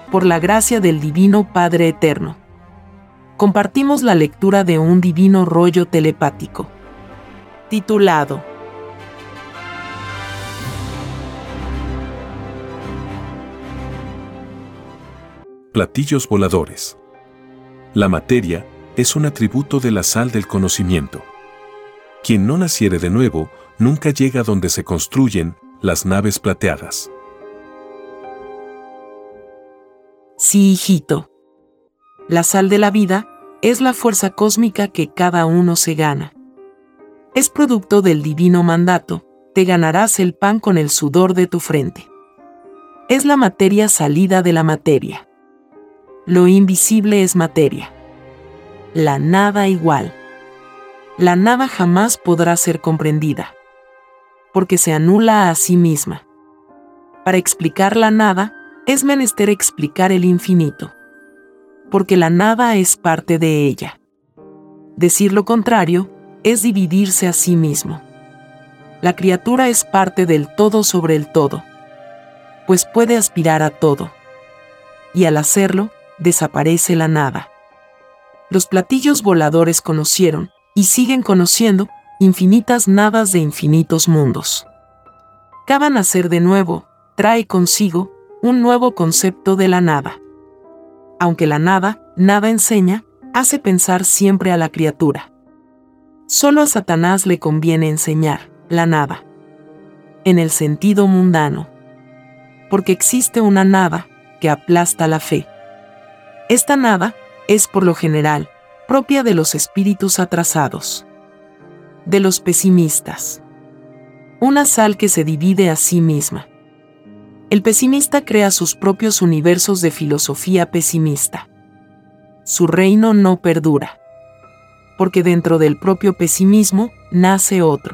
por la gracia del Divino Padre Eterno. Compartimos la lectura de un divino rollo telepático, titulado Platillos voladores. La materia es un atributo de la sal del conocimiento. Quien no naciere de nuevo, nunca llega donde se construyen las naves plateadas. Sí, hijito. La sal de la vida es la fuerza cósmica que cada uno se gana. Es producto del divino mandato, te ganarás el pan con el sudor de tu frente. Es la materia salida de la materia. Lo invisible es materia. La nada igual. La nada jamás podrá ser comprendida, porque se anula a sí misma. Para explicar la nada, es menester explicar el infinito, porque la nada es parte de ella. Decir lo contrario es dividirse a sí mismo. La criatura es parte del todo sobre el todo, pues puede aspirar a todo. Y al hacerlo, desaparece la nada. Los platillos voladores conocieron, y siguen conociendo, infinitas nadas de infinitos mundos. Cada nacer de nuevo trae consigo un nuevo concepto de la nada. Aunque la nada, nada enseña, hace pensar siempre a la criatura. Solo a Satanás le conviene enseñar la nada, en el sentido mundano, porque existe una nada que aplasta la fe. Esta nada es por lo general propia de los espíritus atrasados, de los pesimistas. Una sal que se divide a sí misma. El pesimista crea sus propios universos de filosofía pesimista. Su reino no perdura, porque dentro del propio pesimismo nace otro.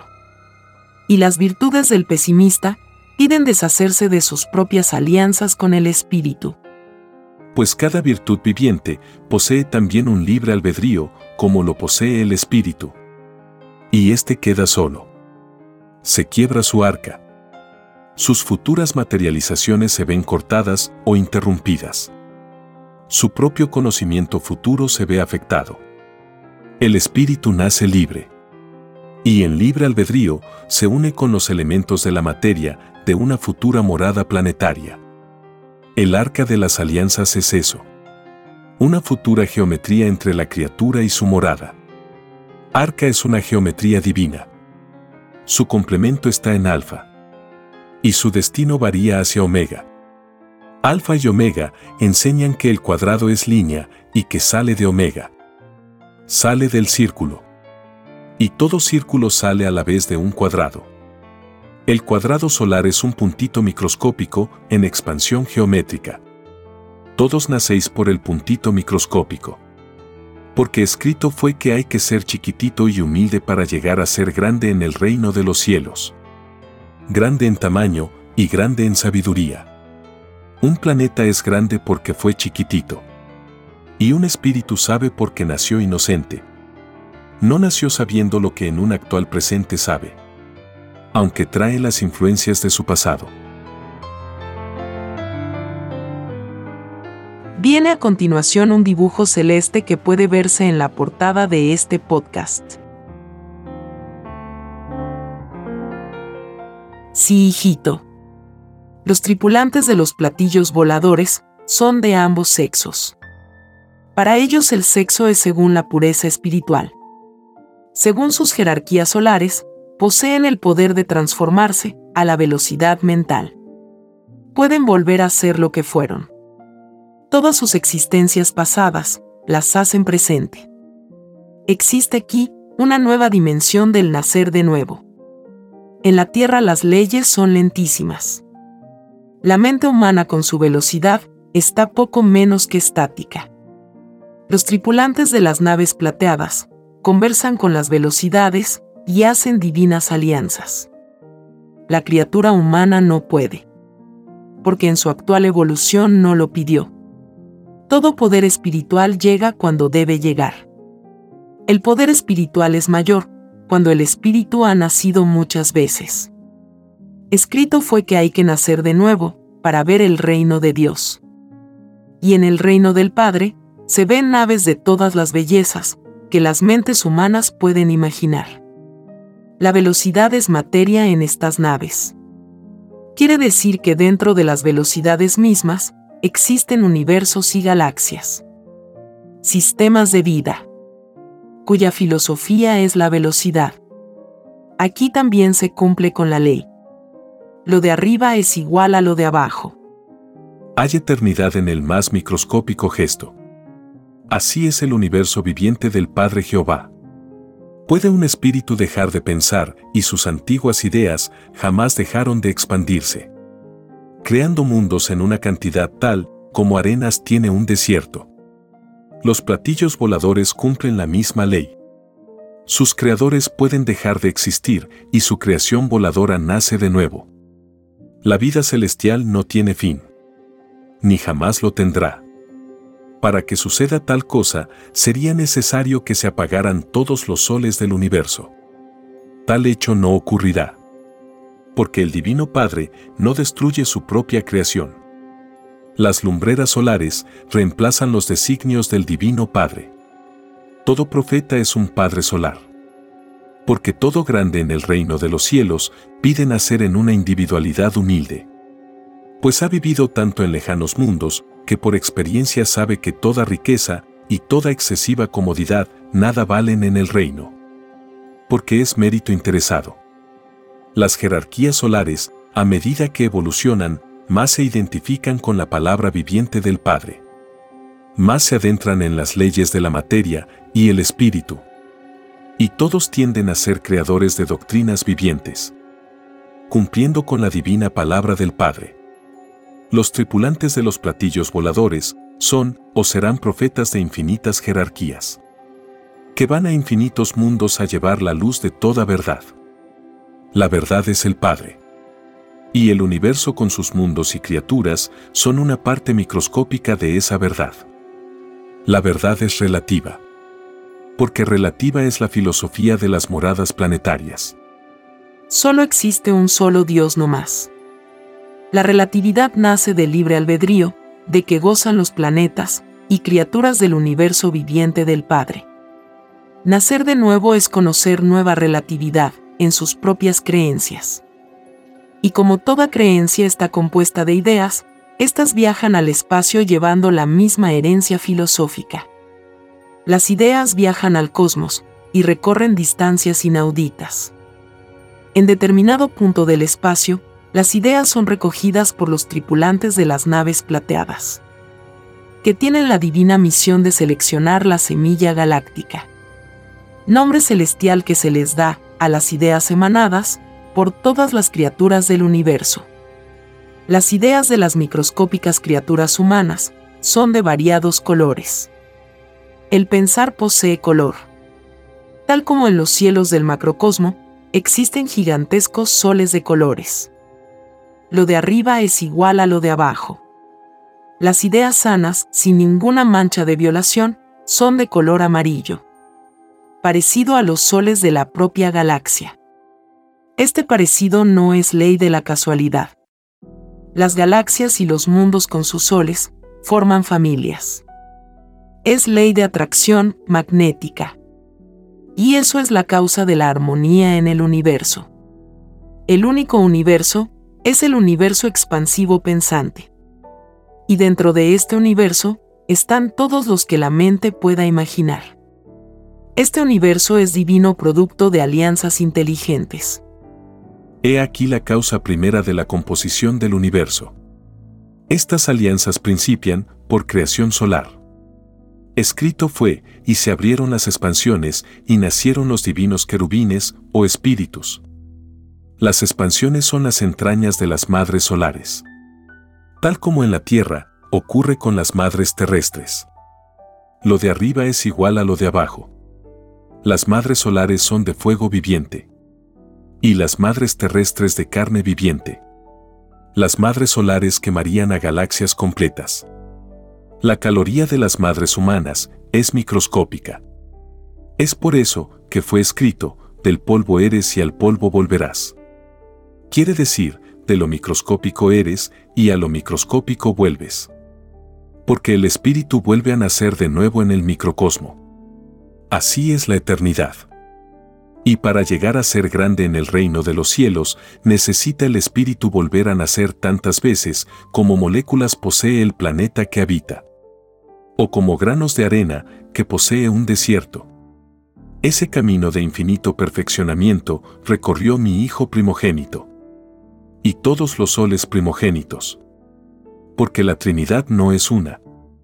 Y las virtudes del pesimista piden deshacerse de sus propias alianzas con el espíritu. Pues cada virtud viviente posee también un libre albedrío, como lo posee el espíritu. Y éste queda solo. Se quiebra su arca. Sus futuras materializaciones se ven cortadas o interrumpidas. Su propio conocimiento futuro se ve afectado. El espíritu nace libre. Y en libre albedrío se une con los elementos de la materia de una futura morada planetaria. El arca de las alianzas es eso. Una futura geometría entre la criatura y su morada. Arca es una geometría divina. Su complemento está en alfa. Y su destino varía hacia omega. Alfa y omega enseñan que el cuadrado es línea y que sale de omega. Sale del círculo. Y todo círculo sale a la vez de un cuadrado. El cuadrado solar es un puntito microscópico en expansión geométrica. Todos nacéis por el puntito microscópico. Porque escrito fue que hay que ser chiquitito y humilde para llegar a ser grande en el reino de los cielos. Grande en tamaño y grande en sabiduría. Un planeta es grande porque fue chiquitito. Y un espíritu sabe porque nació inocente. No nació sabiendo lo que en un actual presente sabe, aunque trae las influencias de su pasado. Viene a continuación un dibujo celeste que puede verse en la portada de este podcast. Sí, hijito. Los tripulantes de los platillos voladores son de ambos sexos. Para ellos el sexo es según la pureza espiritual. Según sus jerarquías solares, poseen el poder de transformarse a la velocidad mental. Pueden volver a ser lo que fueron. Todas sus existencias pasadas las hacen presente. Existe aquí una nueva dimensión del nacer de nuevo. En la Tierra las leyes son lentísimas. La mente humana con su velocidad está poco menos que estática. Los tripulantes de las naves plateadas conversan con las velocidades y hacen divinas alianzas. La criatura humana no puede, porque en su actual evolución no lo pidió. Todo poder espiritual llega cuando debe llegar. El poder espiritual es mayor cuando el espíritu ha nacido muchas veces. Escrito fue que hay que nacer de nuevo para ver el reino de Dios. Y en el reino del Padre, se ven naves de todas las bellezas que las mentes humanas pueden imaginar. La velocidad es materia en estas naves. Quiere decir que dentro de las velocidades mismas, existen universos y galaxias. Sistemas de vida, cuya filosofía es la velocidad. Aquí también se cumple con la ley. Lo de arriba es igual a lo de abajo. Hay eternidad en el más microscópico gesto. Así es el universo viviente del Padre Jehová. ¿Puede un espíritu dejar de pensar y sus antiguas ideas jamás dejaron de expandirse? Creando mundos en una cantidad tal como arenas tiene un desierto. Los platillos voladores cumplen la misma ley. Sus creadores pueden dejar de existir y su creación voladora nace de nuevo. La vida celestial no tiene fin, ni jamás lo tendrá. Para que suceda tal cosa, sería necesario que se apagaran todos los soles del universo. Tal hecho no ocurrirá, porque el Divino Padre no destruye su propia creación. Las lumbreras solares reemplazan los designios del Divino Padre. Todo profeta es un Padre solar. Porque todo grande en el reino de los cielos pide nacer en una individualidad humilde. Pues ha vivido tanto en lejanos mundos, que por experiencia sabe que toda riqueza y toda excesiva comodidad nada valen en el reino. Porque es mérito interesado. Las jerarquías solares, a medida que evolucionan, más se identifican con la palabra viviente del Padre. Más se adentran en las leyes de la materia y el espíritu. Y todos tienden a ser creadores de doctrinas vivientes, cumpliendo con la divina palabra del Padre. Los tripulantes de los platillos voladores son o serán profetas de infinitas jerarquías, que van a infinitos mundos a llevar la luz de toda verdad. La verdad es el Padre. Y el universo con sus mundos y criaturas son una parte microscópica de esa verdad. La verdad es relativa. Porque relativa es la filosofía de las moradas planetarias. Solo existe un solo Dios no más. La relatividad nace del libre albedrío, de que gozan los planetas y criaturas del universo viviente del Padre. Nacer de nuevo es conocer nueva relatividad en sus propias creencias. Y como toda creencia está compuesta de ideas, éstas viajan al espacio llevando la misma herencia filosófica. Las ideas viajan al cosmos y recorren distancias inauditas. En determinado punto del espacio, las ideas son recogidas por los tripulantes de las naves plateadas, que tienen la divina misión de seleccionar la semilla galáctica, nombre celestial que se les da a las ideas emanadas por todas las criaturas del universo. Las ideas de las microscópicas criaturas humanas son de variados colores. El pensar posee color. Tal como en los cielos del macrocosmo, existen gigantescos soles de colores. Lo de arriba es igual a lo de abajo. Las ideas sanas, sin ninguna mancha de violación, son de color amarillo, parecido a los soles de la propia galaxia. Este parecido no es ley de la casualidad. Las galaxias y los mundos con sus soles forman familias. Es ley de atracción magnética. Y eso es la causa de la armonía en el universo. El único universo es el universo expansivo pensante. Y dentro de este universo están todos los que la mente pueda imaginar. Este universo es divino producto de alianzas inteligentes. He aquí la causa primera de la composición del universo. Estas alianzas principian por creación solar. Escrito fue, y se abrieron las expansiones, y nacieron los divinos querubines, o espíritus. Las expansiones son las entrañas de las madres solares. Tal como en la Tierra, ocurre con las madres terrestres. Lo de arriba es igual a lo de abajo. Las madres solares son de fuego viviente. Y las madres terrestres de carne viviente. Las madres solares quemarían a galaxias completas. La caloría de las madres humanas es microscópica. Es por eso que fue escrito, del polvo eres y al polvo volverás. Quiere decir, de lo microscópico eres y a lo microscópico vuelves. Porque el espíritu vuelve a nacer de nuevo en el microcosmo. Así es la eternidad. Y para llegar a ser grande en el reino de los cielos, necesita el espíritu volver a nacer tantas veces como moléculas posee el planeta que habita. O como granos de arena que posee un desierto. Ese camino de infinito perfeccionamiento recorrió mi hijo primogénito. Y todos los soles primogénitos. Porque la Trinidad no es una.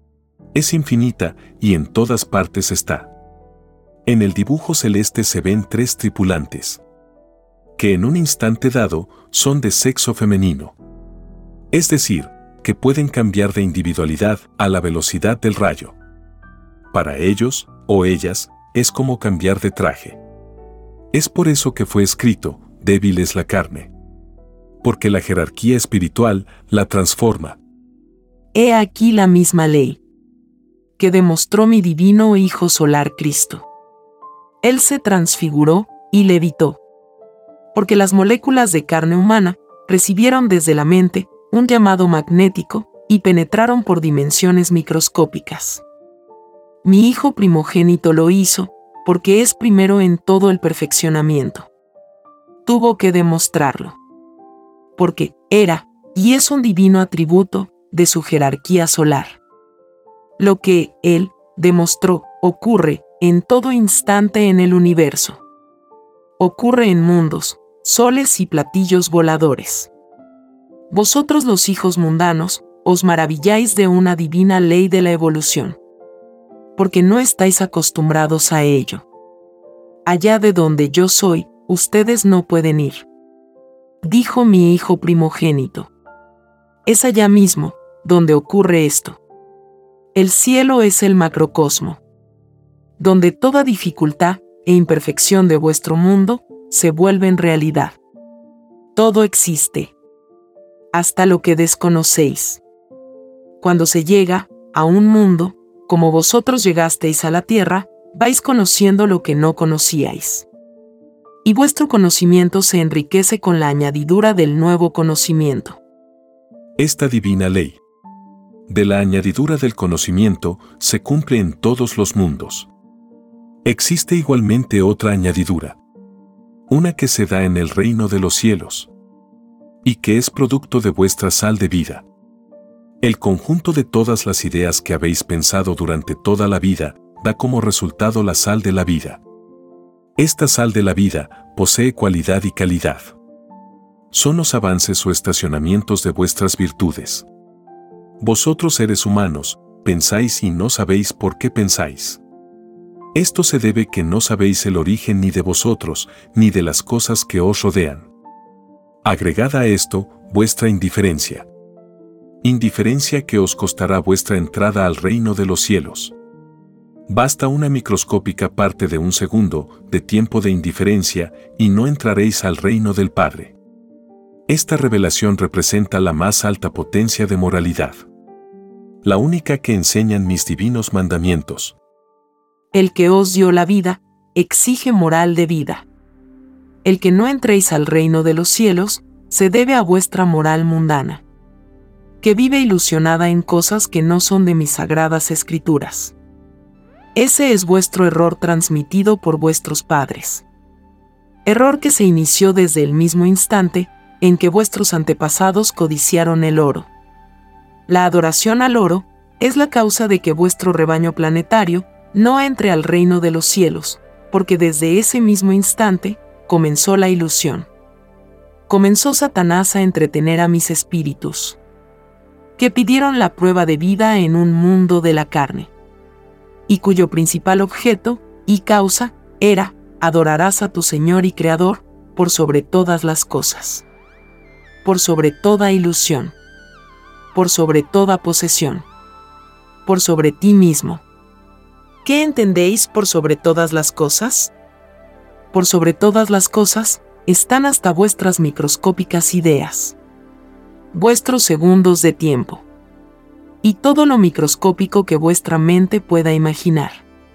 Es infinita y en todas partes está. En el dibujo celeste se ven 3 tripulantes. Que en un instante dado son de sexo femenino. Es decir, que pueden cambiar de individualidad a la velocidad del rayo. Para ellos, o ellas, es como cambiar de traje. Es por eso que fue escrito, débil es la carne. Porque la jerarquía espiritual la transforma. He aquí la misma ley que demostró mi divino Hijo solar Cristo. Él se transfiguró y levitó. Porque las moléculas de carne humana recibieron desde la mente un llamado magnético y penetraron por dimensiones microscópicas. Mi hijo primogénito lo hizo porque es primero en todo el perfeccionamiento. Tuvo que demostrarlo. Porque era y es un divino atributo de su jerarquía solar. Lo que él demostró ocurre en todo instante en el universo. Ocurre en mundos, soles y platillos voladores. Vosotros los hijos mundanos, os maravilláis de una divina ley de la evolución. Porque no estáis acostumbrados a ello. Allá de donde yo soy, ustedes no pueden ir. Dijo mi hijo primogénito. Es allá mismo, donde ocurre esto. El cielo es el macrocosmo. Donde toda dificultad e imperfección de vuestro mundo se vuelven realidad. Todo existe. Hasta lo que desconocéis. Cuando se llega a un mundo, como vosotros llegasteis a la tierra, vais conociendo lo que no conocíais. Y vuestro conocimiento se enriquece con la añadidura del nuevo conocimiento. Esta divina ley de la añadidura del conocimiento se cumple en todos los mundos. Existe igualmente otra añadidura. Una que se da en el reino de los cielos. Y que es producto de vuestra sal de vida. El conjunto de todas las ideas que habéis pensado durante toda la vida da como resultado la sal de la vida. Esta sal de la vida posee cualidad y calidad. Son los avances o estacionamientos de vuestras virtudes. Vosotros seres humanos, pensáis y no sabéis por qué pensáis. Esto se debe que no sabéis el origen ni de vosotros, ni de las cosas que os rodean. Agregada a esto, vuestra indiferencia. Indiferencia que os costará vuestra entrada al reino de los cielos. Basta una microscópica parte de un segundo de tiempo de indiferencia y no entraréis al reino del Padre. Esta revelación representa la más alta potencia de moralidad. La única que enseñan mis divinos mandamientos. El que os dio la vida, exige moral de vida. El que no entréis al reino de los cielos, se debe a vuestra moral mundana, que vive ilusionada en cosas que no son de mis sagradas escrituras. Ese es vuestro error transmitido por vuestros padres. Error que se inició desde el mismo instante en que vuestros antepasados codiciaron el oro. La adoración al oro es la causa de que vuestro rebaño planetario no entre al reino de los cielos, porque desde ese mismo instante comenzó la ilusión. Comenzó Satanás a entretener a mis espíritus, que pidieron la prueba de vida en un mundo de la carne, y cuyo principal objeto y causa era: adorarás a tu Señor y Creador por sobre todas las cosas, por sobre toda ilusión, por sobre toda posesión, por sobre ti mismo. ¿Qué entendéis por sobre todas las cosas? Por sobre todas las cosas están hasta vuestras microscópicas ideas, vuestros segundos de tiempo, y todo lo microscópico que vuestra mente pueda imaginar.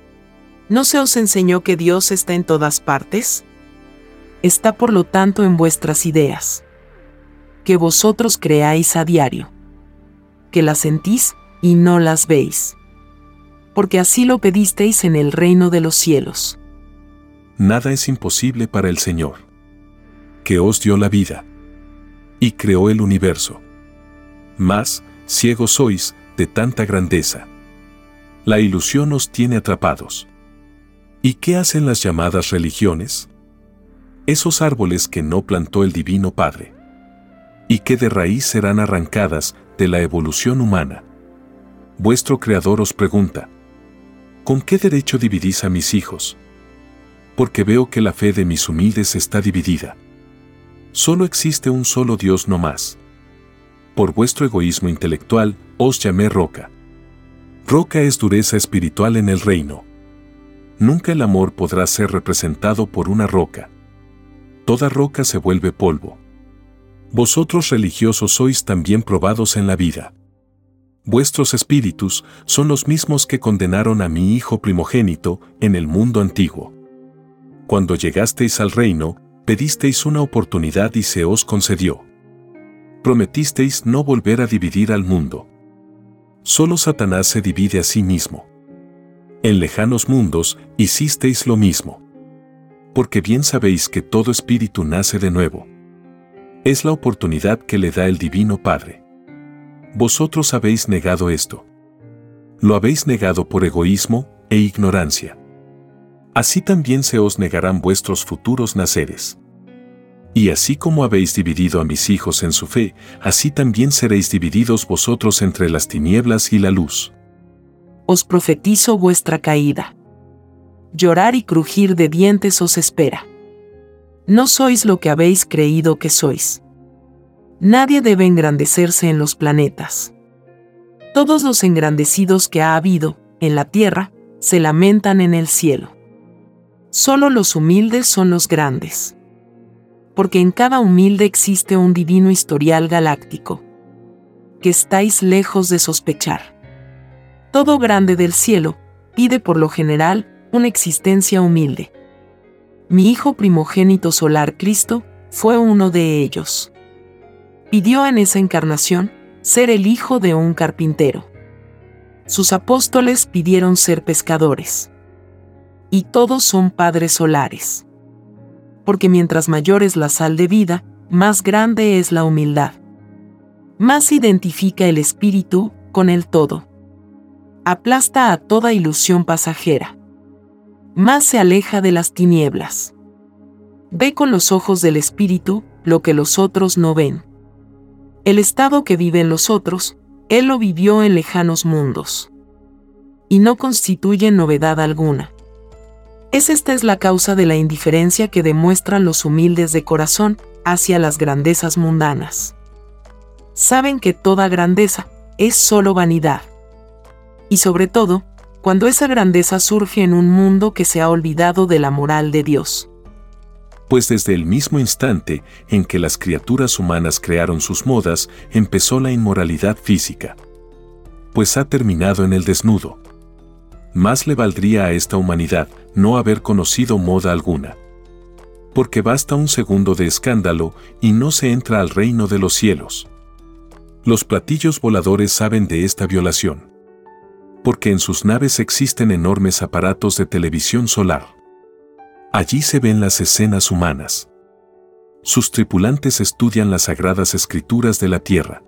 ¿No se os enseñó que Dios está en todas partes? Está por lo tanto en vuestras ideas, que vosotros creáis a diario, que las sentís y no las veis. Porque así lo pedisteis en el reino de los cielos. Nada es imposible para el Señor, que os dio la vida y creó el universo. Mas, ciegos sois de tanta grandeza. La ilusión os tiene atrapados. ¿Y qué hacen las llamadas religiones? Esos árboles que no plantó el Divino Padre, y que de raíz serán arrancadas de la evolución humana. Vuestro Creador os pregunta: ¿con qué derecho dividís a mis hijos? Porque veo que la fe de mis humildes está dividida. Solo existe un solo Dios no más. Por vuestro egoísmo intelectual, os llamé roca. Roca es dureza espiritual en el reino. Nunca el amor podrá ser representado por una roca. Toda roca se vuelve polvo. Vosotros religiosos sois también probados en la vida. Vuestros espíritus son los mismos que condenaron a mi hijo primogénito en el mundo antiguo. Cuando llegasteis al reino, pedisteis una oportunidad y se os concedió. Prometisteis no volver a dividir al mundo. Solo Satanás se divide a sí mismo. En lejanos mundos hicisteis lo mismo. Porque bien sabéis que todo espíritu nace de nuevo. Es la oportunidad que le da el Divino Padre. Vosotros habéis negado esto. Lo habéis negado por egoísmo e ignorancia. Así también se os negarán vuestros futuros naceres. Y así como habéis dividido a mis hijos en su fe, así también seréis divididos vosotros entre las tinieblas y la luz. Os profetizo vuestra caída. Llorar y crujir de dientes os espera. No sois lo que habéis creído que sois. Nadie debe engrandecerse en los planetas. Todos los engrandecidos que ha habido en la tierra se lamentan en el cielo. Solo los humildes son los grandes. Porque en cada humilde existe un divino historial galáctico, que estáis lejos de sospechar. Todo grande del cielo pide por lo general una existencia humilde. Mi hijo primogénito solar Cristo fue uno de ellos. Pidió en esa encarnación ser el hijo de un carpintero. Sus apóstoles pidieron ser pescadores. Y todos son padres solares. Porque mientras mayor es la sal de vida, más grande es la humildad. Más se identifica el espíritu con el todo. Aplasta a toda ilusión pasajera. Más se aleja de las tinieblas. Ve con los ojos del espíritu lo que los otros no ven. El estado que viven los otros, él lo vivió en lejanos mundos. Y no constituye novedad alguna. Esta es la causa de la indiferencia que demuestran los humildes de corazón hacia las grandezas mundanas. Saben que toda grandeza es solo vanidad. Y sobre todo, cuando esa grandeza surge en un mundo que se ha olvidado de la moral de Dios. Pues desde el mismo instante en que las criaturas humanas crearon sus modas, empezó la inmoralidad física. Pues ha terminado en el desnudo. Más le valdría a esta humanidad no haber conocido moda alguna. Porque basta un segundo de escándalo y no se entra al reino de los cielos. Los platillos voladores saben de esta violación. Porque en sus naves existen enormes aparatos de televisión solar. Allí se ven las escenas humanas. Sus tripulantes estudian las sagradas escrituras de la tierra.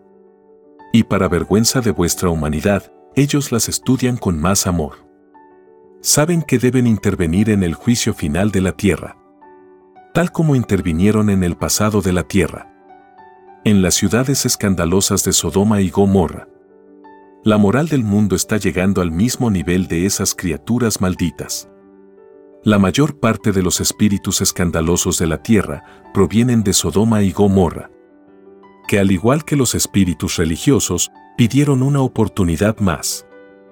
Y para vergüenza de vuestra humanidad, ellos las estudian con más amor. Saben que deben intervenir en el juicio final de la tierra, tal como intervinieron en el pasado de la tierra, en las ciudades escandalosas de Sodoma y Gomorra. La moral del mundo está llegando al mismo nivel de esas criaturas malditas. La mayor parte de los espíritus escandalosos de la tierra provienen de Sodoma y Gomorra, que al igual que los espíritus religiosos, pidieron una oportunidad más.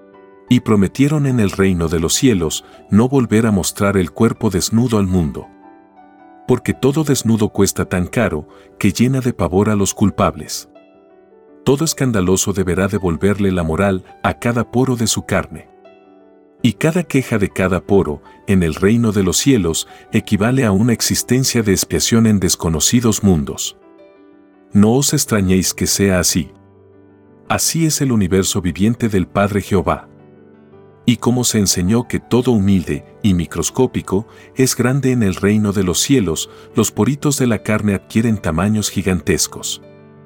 Y prometieron en el reino de los cielos no volver a mostrar el cuerpo desnudo al mundo. Porque todo desnudo cuesta tan caro que llena de pavor a los culpables. Todo escandaloso deberá devolverle la moral a cada poro de su carne. Y cada queja de cada poro, en el reino de los cielos, equivale a una existencia de expiación en desconocidos mundos. No os extrañéis que sea así. Así es el universo viviente del Padre Jehová. Y como se enseñó que todo humilde y microscópico es grande en el reino de los cielos, los poritos de la carne adquieren tamaños gigantescos.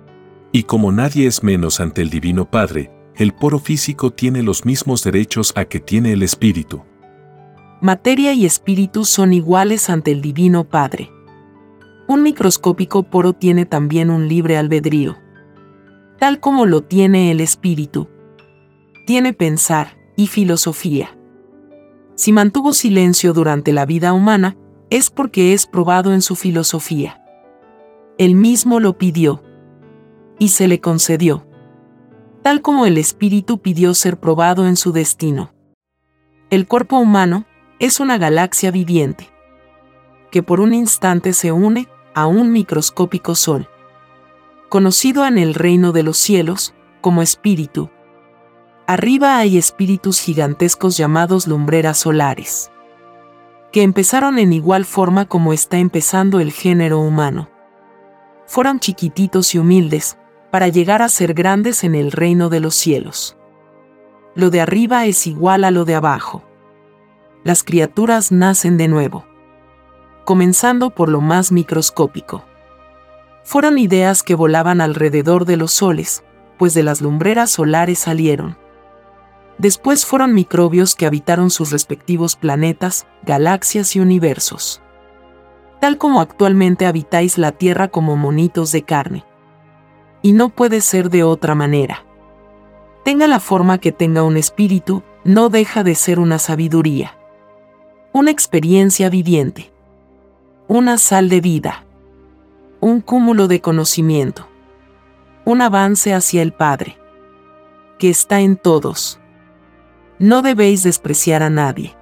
Y como nadie es menos ante el Divino Padre, el poro físico tiene los mismos derechos a que tiene el espíritu. Materia y espíritu son iguales ante el Divino Padre. Un microscópico poro tiene también un libre albedrío, tal como lo tiene el espíritu. Tiene pensar y filosofía. Si mantuvo silencio durante la vida humana, es porque es probado en su filosofía. Él mismo lo pidió, y se le concedió, tal como el espíritu pidió ser probado en su destino. El cuerpo humano es una galaxia viviente, que por un instante se une a un microscópico sol, conocido en el reino de los cielos como espíritu. Arriba hay espíritus gigantescos llamados lumbreras solares, que empezaron en igual forma como está empezando el género humano. Fueron chiquititos y humildes, para llegar a ser grandes en el reino de los cielos. Lo de arriba es igual a lo de abajo. Las criaturas nacen de nuevo, comenzando por lo más microscópico. Fueron ideas que volaban alrededor de los soles, pues de las lumbreras solares salieron. Después fueron microbios que habitaron sus respectivos planetas, galaxias y universos. Tal como actualmente habitáis la Tierra como monitos de carne. Y no puede ser de otra manera. Tenga la forma que tenga un espíritu, no deja de ser una sabiduría. Una experiencia viviente. Una sal de vida. Un cúmulo de conocimiento. Un avance hacia el Padre, que está en todos. No debéis despreciar a nadie,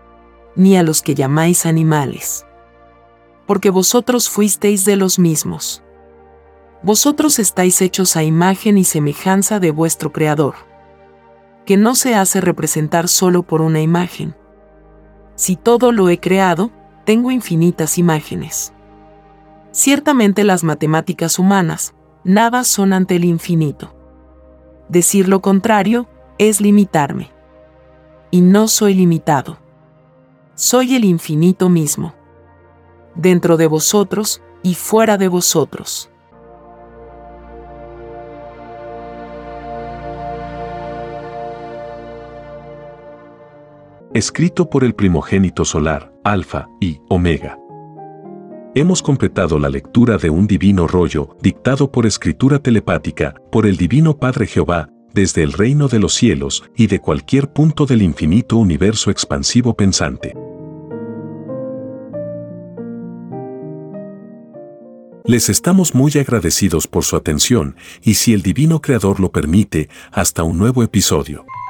ni a los que llamáis animales, porque vosotros fuisteis de los mismos. Vosotros estáis hechos a imagen y semejanza de vuestro Creador, que no se hace representar solo por una imagen. Si todo lo he creado, tengo infinitas imágenes. Ciertamente las matemáticas humanas, nada son ante el infinito. Decir lo contrario es limitarme. Y no soy limitado. Soy el infinito mismo. Dentro de vosotros y fuera de vosotros. Escrito por el primogénito solar, Alfa y Omega. Hemos completado la lectura de un divino rollo, dictado por escritura telepática, por el Divino Padre Jehová, desde el reino de los cielos y de cualquier punto del infinito universo expansivo pensante. Les estamos muy agradecidos por su atención y, si el Divino Creador lo permite, hasta un nuevo episodio.